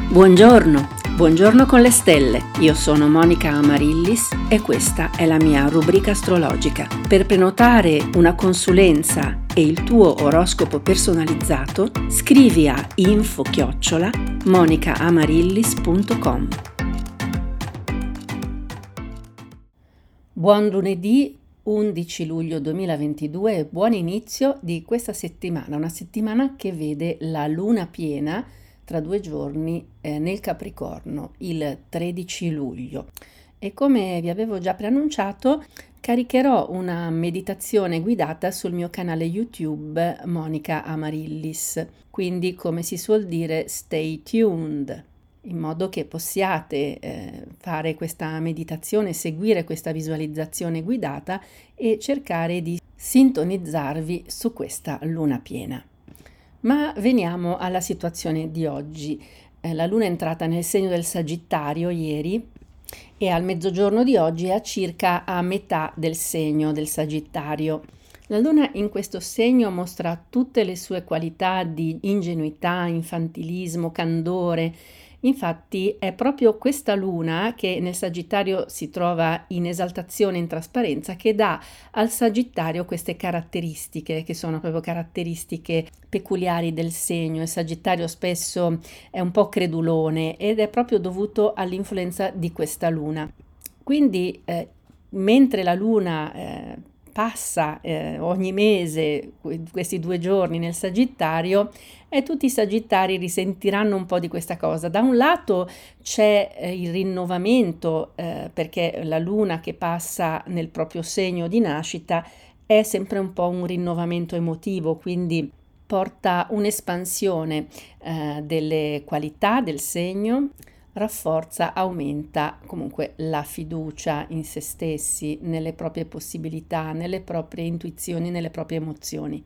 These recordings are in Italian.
Buongiorno, buongiorno con le stelle. Io sono Monica Amarillis e questa è la mia rubrica astrologica. Per prenotare una consulenza e il tuo oroscopo personalizzato, scrivi a info@monicamarillis.com. Buon lunedì 11 luglio 2022 e buon inizio di questa settimana, una settimana che vede la luna piena tra 2 giorni nel Capricorno, il 13 luglio. E come vi avevo già preannunciato, caricherò una meditazione guidata sul mio canale YouTube Monica Amarillis. Quindi, come si suol dire, stay tuned, in modo che possiate fare questa meditazione, seguire questa visualizzazione guidata e cercare di sintonizzarvi su questa luna piena. Ma veniamo alla situazione di oggi. La luna è entrata nel segno del Sagittario ieri e al mezzogiorno di oggi è circa a metà del segno del Sagittario. La luna in questo segno mostra tutte le sue qualità di ingenuità, infantilismo, candore. Infatti è proprio questa luna che nel Sagittario si trova in esaltazione, in trasparenza, che dà al Sagittario queste caratteristiche che sono proprio caratteristiche peculiari del segno. Il Sagittario spesso è un po' credulone ed è proprio dovuto all'influenza di questa luna. Quindi mentre la luna passa ogni mese questi 2 giorni nel Sagittario, e tutti i Sagittari risentiranno un po' di questa cosa. Da un lato c'è il rinnovamento, perché la luna che passa nel proprio segno di nascita è sempre un po' un rinnovamento emotivo, quindi porta un'espansione delle qualità del segno, rafforza, aumenta comunque la fiducia in se stessi, nelle proprie possibilità, nelle proprie intuizioni, nelle proprie emozioni.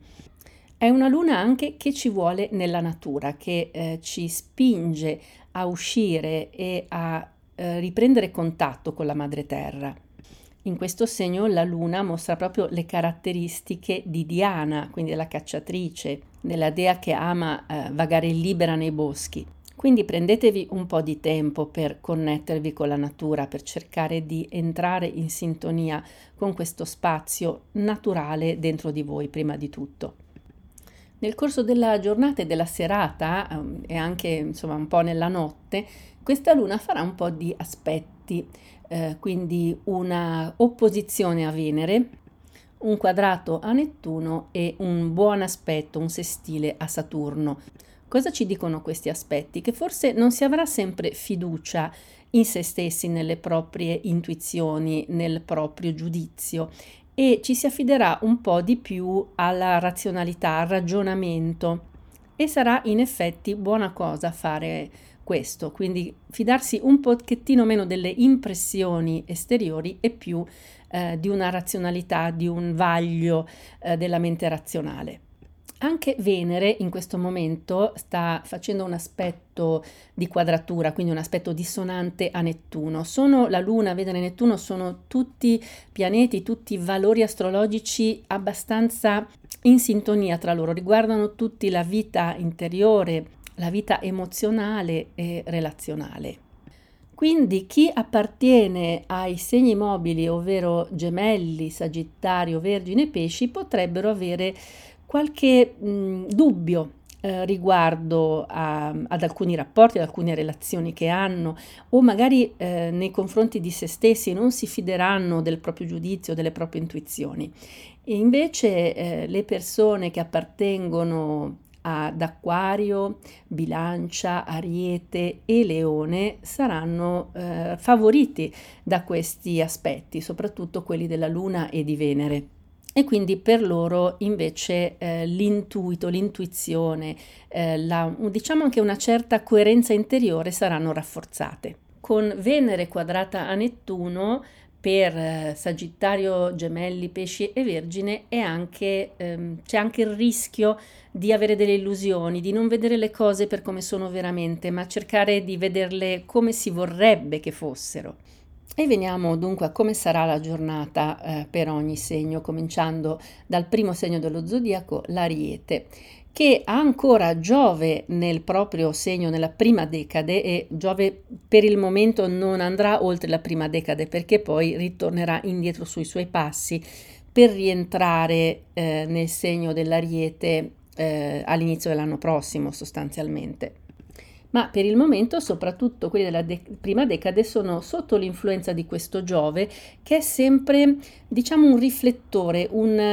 È una luna anche che ci vuole nella natura, che ci spinge a uscire e a riprendere contatto con la madre terra. In questo segno la luna mostra proprio le caratteristiche di Diana, quindi la cacciatrice, della dea che ama vagare libera nei boschi. Quindi prendetevi un po' di tempo per connettervi con la natura, per cercare di entrare in sintonia con questo spazio naturale dentro di voi prima di tutto. Nel corso della giornata e della serata e anche insomma un po' nella notte, questa luna farà un po' di aspetti, quindi una opposizione a Venere, un quadrato a Nettuno e un buon aspetto, un sestile a Saturno. Cosa ci dicono questi aspetti? Che forse non si avrà sempre fiducia in se stessi, nelle proprie intuizioni, nel proprio giudizio e ci si affiderà un po' di più alla razionalità, al ragionamento e sarà in effetti buona cosa fare questo, quindi fidarsi un pochettino meno delle impressioni esteriori e più di una razionalità, di un vaglio della mente razionale. Anche Venere in questo momento sta facendo un aspetto di quadratura, quindi un aspetto dissonante a Nettuno. La Luna, Venere e Nettuno sono tutti pianeti, tutti valori astrologici abbastanza in sintonia tra loro, riguardano tutti la vita interiore, la vita emozionale e relazionale. Quindi chi appartiene ai segni mobili, ovvero Gemelli, Sagittario, Vergine e Pesci, potrebbero avere qualche dubbio riguardo ad alcuni rapporti, ad alcune relazioni che hanno o magari nei confronti di se stessi non si fideranno del proprio giudizio, delle proprie intuizioni. E invece le persone che appartengono ad Acquario, Bilancia, Ariete e Leone saranno favoriti da questi aspetti, soprattutto quelli della Luna e di Venere. E quindi per loro invece l'intuito, l'intuizione, diciamo anche una certa coerenza interiore saranno rafforzate. Con Venere quadrata a Nettuno per Sagittario, Gemelli, Pesci e Vergine c'è anche il rischio di avere delle illusioni, di non vedere le cose per come sono veramente, ma cercare di vederle come si vorrebbe che fossero. E veniamo dunque a come sarà la giornata per ogni segno, cominciando dal primo segno dello zodiaco, l'Ariete, che ha ancora Giove nel proprio segno nella prima decade, e Giove per il momento non andrà oltre la prima decade perché poi ritornerà indietro sui suoi passi per rientrare nel segno dell'Ariete all'inizio dell'anno prossimo sostanzialmente. Ma per il momento soprattutto quelli della prima decade sono sotto l'influenza di questo Giove, che è sempre, diciamo, un riflettore,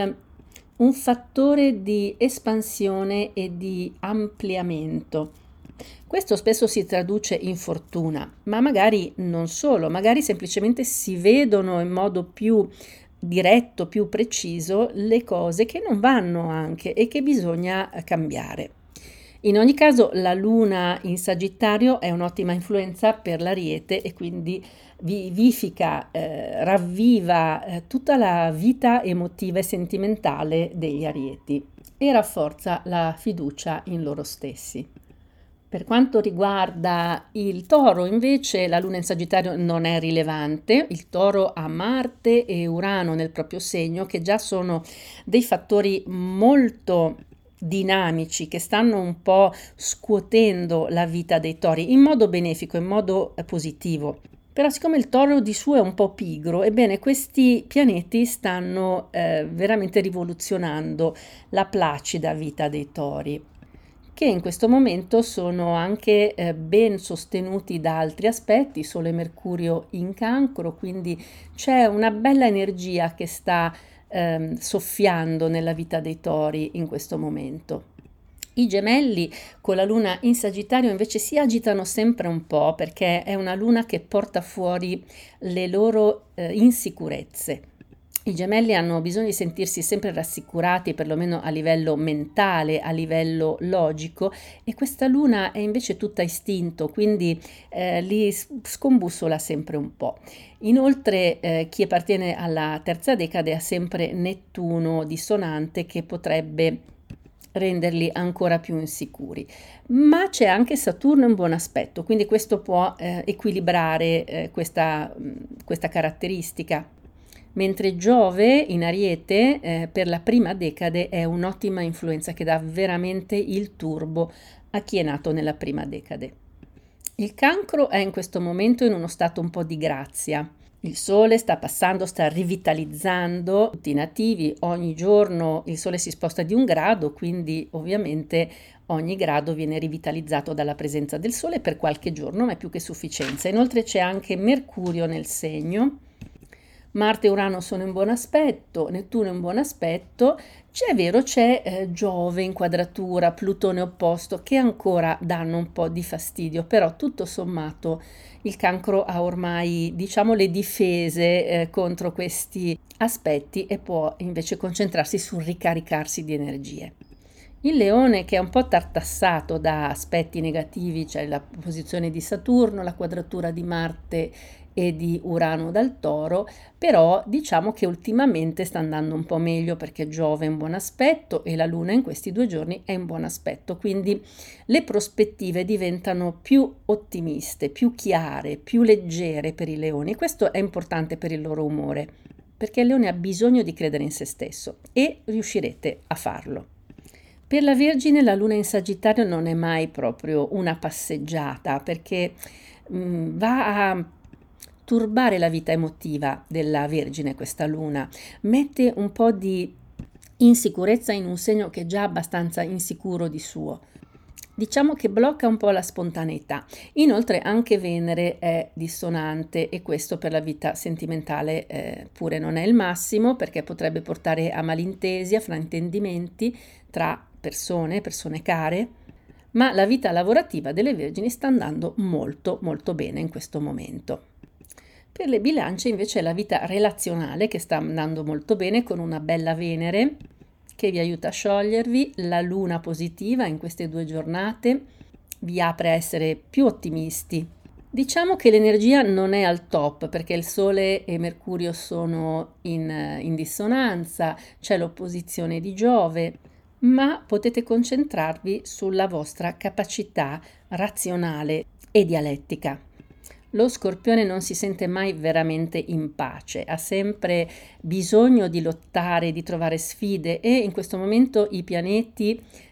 un fattore di espansione e di ampliamento. Questo spesso si traduce in fortuna, ma magari non solo, magari semplicemente si vedono in modo più diretto, più preciso, le cose che non vanno anche e che bisogna cambiare. In ogni caso, la luna in Sagittario è un'ottima influenza per l'Ariete e quindi vivifica, ravviva tutta la vita emotiva e sentimentale degli Arieti e rafforza la fiducia in loro stessi. Per quanto riguarda il Toro, invece, la luna in Sagittario non è rilevante. Il Toro ha Marte e Urano nel proprio segno, che già sono dei fattori molto dinamici che stanno un po' scuotendo la vita dei tori in modo benefico, in modo positivo. Però siccome il Toro di suo è un po' pigro, ebbene questi pianeti stanno veramente rivoluzionando la placida vita dei tori, che in questo momento sono anche ben sostenuti da altri aspetti, Sole e Mercurio in Cancro, quindi c'è una bella energia che sta soffiando nella vita dei tori in questo momento. I Gemelli con la luna in Sagittario invece si agitano sempre un po' perché è una luna che porta fuori le loro insicurezze. I Gemelli hanno bisogno di sentirsi sempre rassicurati, perlomeno a livello mentale, a livello logico, e questa luna è invece tutta istinto, quindi li scombussola sempre un po'. Inoltre chi appartiene alla terza decade ha sempre Nettuno dissonante che potrebbe renderli ancora più insicuri. Ma c'è anche Saturno in buon aspetto, quindi questo può equilibrare questa caratteristica. Mentre Giove in Ariete per la prima decade è un'ottima influenza che dà veramente il turbo a chi è nato nella prima decade. Il Cancro è in questo momento in uno stato un po' di grazia. Il Sole sta passando, sta rivitalizzando tutti i nativi, ogni giorno il Sole si sposta di 1 grado, quindi ovviamente ogni grado viene rivitalizzato dalla presenza del Sole per qualche giorno, ma è più che sufficienza. Inoltre c'è anche Mercurio nel segno. Marte e Urano sono in buon aspetto, Nettuno in buon aspetto, c'è Giove in quadratura, Plutone opposto, che ancora danno un po' di fastidio, però tutto sommato il Cancro ha ormai, diciamo, le difese contro questi aspetti e può invece concentrarsi sul ricaricarsi di energie. Il Leone, che è un po' tartassato da aspetti negativi, cioè la posizione di Saturno, la quadratura di Marte e di Urano dal Toro, però diciamo che ultimamente sta andando un po' meglio perché Giove è in buon aspetto e la Luna in questi 2 giorni è in buon aspetto, quindi le prospettive diventano più ottimiste, più chiare, più leggere per i leoni. Questo è importante per il loro umore, perché il leone ha bisogno di credere in se stesso e riuscirete a farlo. Per la Vergine la luna in Sagittario non è mai proprio una passeggiata perché va a turbare la vita emotiva della Vergine questa luna, mette un po' di insicurezza in un segno che è già abbastanza insicuro di suo. Diciamo che blocca un po' la spontaneità. Inoltre anche Venere è dissonante e questo per la vita sentimentale pure non è il massimo perché potrebbe portare a malintesi, a fraintendimenti tra persone care, ma la vita lavorativa delle Vergini sta andando molto molto bene in questo momento. Per le Bilance invece è la vita relazionale che sta andando molto bene con una bella Venere che vi aiuta a sciogliervi, la luna positiva in queste 2 giornate vi apre a essere più ottimisti. Diciamo che l'energia non è al top perché il Sole e Mercurio sono in dissonanza, c'è l'opposizione di Giove, ma potete concentrarvi sulla vostra capacità razionale e dialettica. Lo Scorpione non si sente mai veramente in pace, ha sempre bisogno di lottare, di trovare sfide e in questo momento i pianeti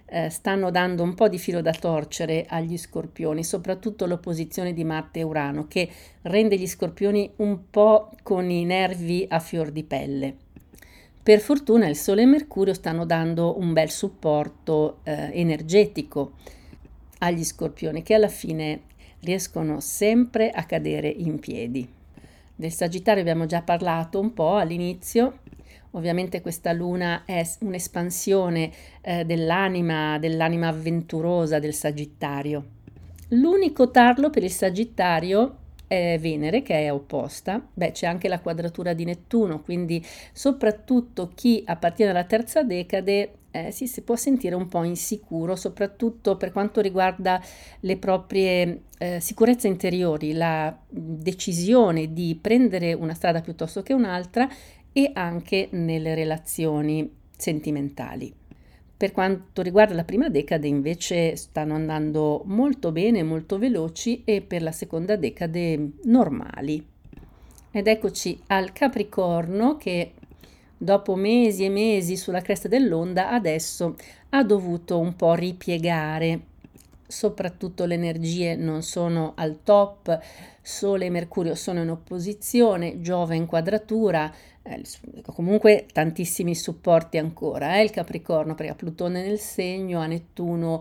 stanno dando un po' di filo da torcere agli Scorpioni, soprattutto l'opposizione di Marte e Urano, che rende gli Scorpioni un po' con i nervi a fior di pelle. Per fortuna il Sole e Mercurio stanno dando un bel supporto energetico agli Scorpioni, che alla fine riescono sempre a cadere in piedi. Del Sagittario abbiamo già parlato un po' all'inizio. Ovviamente questa luna è un'espansione dell'anima avventurosa del Sagittario. L'unico tarlo per il Sagittario è Venere, che è opposta. C'è anche la quadratura di Nettuno, quindi soprattutto chi appartiene alla terza decade si può sentire un po' insicuro, soprattutto per quanto riguarda le proprie sicurezze interiori, la decisione di prendere una strada piuttosto che un'altra e anche nelle relazioni sentimentali. Per quanto riguarda la prima decade invece stanno andando molto bene, molto veloci, e per la seconda decade normali. Ed eccoci al Capricorno, che dopo mesi e mesi sulla cresta dell'onda adesso ha dovuto un po' ripiegare. Soprattutto le energie non sono al top, Sole e Mercurio sono in opposizione, Giove in quadratura, comunque tantissimi supporti ancora, il Capricorno, perché ha Plutone nel segno, ha Nettuno,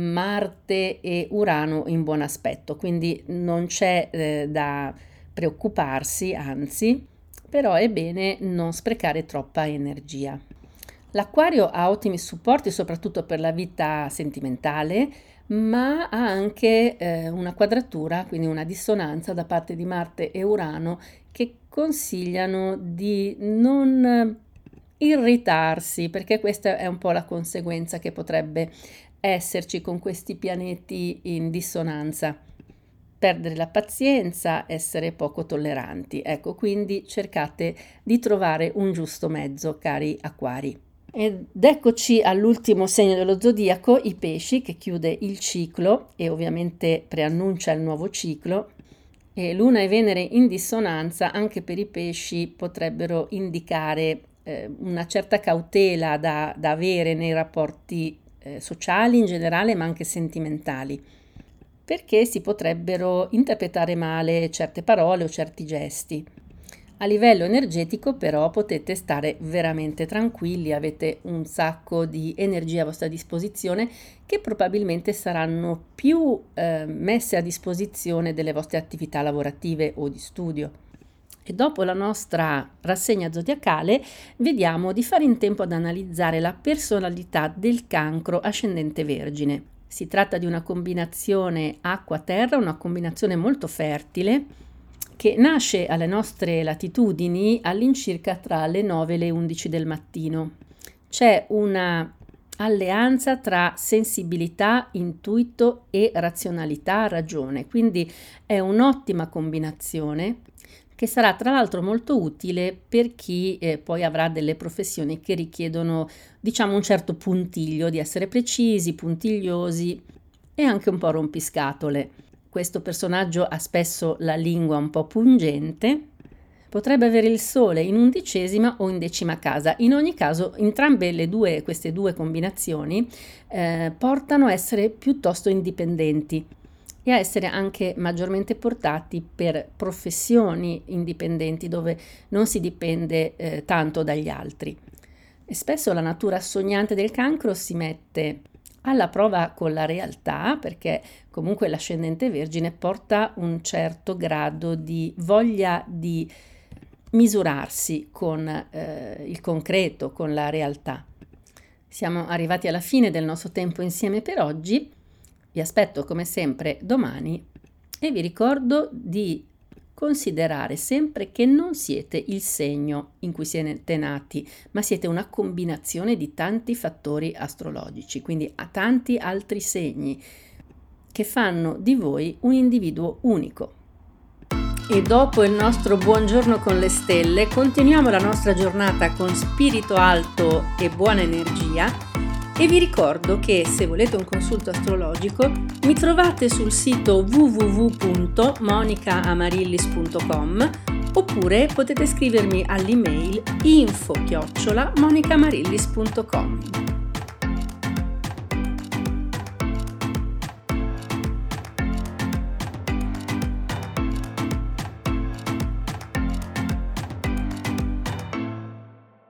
Marte e Urano in buon aspetto, quindi non c'è da preoccuparsi, anzi, però è bene non sprecare troppa energia. L'Acquario ha ottimi supporti soprattutto per la vita sentimentale, ma ha anche una quadratura, quindi una dissonanza da parte di Marte e Urano, che consigliano di non irritarsi, perché questa è un po' la conseguenza che potrebbe esserci con questi pianeti in dissonanza. Perdere la pazienza, essere poco tolleranti. Ecco, quindi cercate di trovare un giusto mezzo, cari acquari. Ed eccoci all'ultimo segno dello zodiaco, i pesci, che chiude il ciclo e ovviamente preannuncia il nuovo ciclo. E Luna e Venere in dissonanza anche per i pesci potrebbero indicare una certa cautela da avere nei rapporti sociali in generale, ma anche sentimentali, perché si potrebbero interpretare male certe parole o certi gesti. A livello energetico però potete stare veramente tranquilli, avete un sacco di energia a vostra disposizione che probabilmente saranno più messe a disposizione delle vostre attività lavorative o di studio. E dopo la nostra rassegna zodiacale vediamo di fare in tempo ad analizzare la personalità del Cancro ascendente Vergine. Si tratta di una combinazione acqua-terra, una combinazione molto fertile, che nasce alle nostre latitudini all'incirca tra le 9 e le 11 del mattino. C'è una alleanza tra sensibilità, intuito e razionalità, ragione, quindi è un'ottima combinazione che sarà tra l'altro molto utile per chi poi avrà delle professioni che richiedono, diciamo, un certo puntiglio, di essere precisi, puntigliosi e anche un po' rompiscatole. Questo personaggio ha spesso la lingua un po' pungente, potrebbe avere il Sole in 11ª o in 10ª casa. In ogni caso, entrambe queste due combinazioni portano a essere piuttosto indipendenti e a essere anche maggiormente portati per professioni indipendenti dove non si dipende tanto dagli altri. E spesso la natura sognante del Cancro si mette alla prova con la realtà, perché comunque l'ascendente Vergine porta un certo grado di voglia di misurarsi con il concreto, con la realtà. Siamo arrivati alla fine del nostro tempo insieme per oggi. Vi aspetto come sempre domani e vi ricordo di considerare sempre che non siete il segno in cui siete nati, ma siete una combinazione di tanti fattori astrologici, quindi a tanti altri segni che fanno di voi un individuo unico. E dopo il nostro buongiorno con le stelle, continuiamo la nostra giornata con spirito alto e buona energia. E vi ricordo che se volete un consulto astrologico mi trovate sul sito www.monicamarillis.com oppure potete scrivermi all'email info@monicamarillis.com.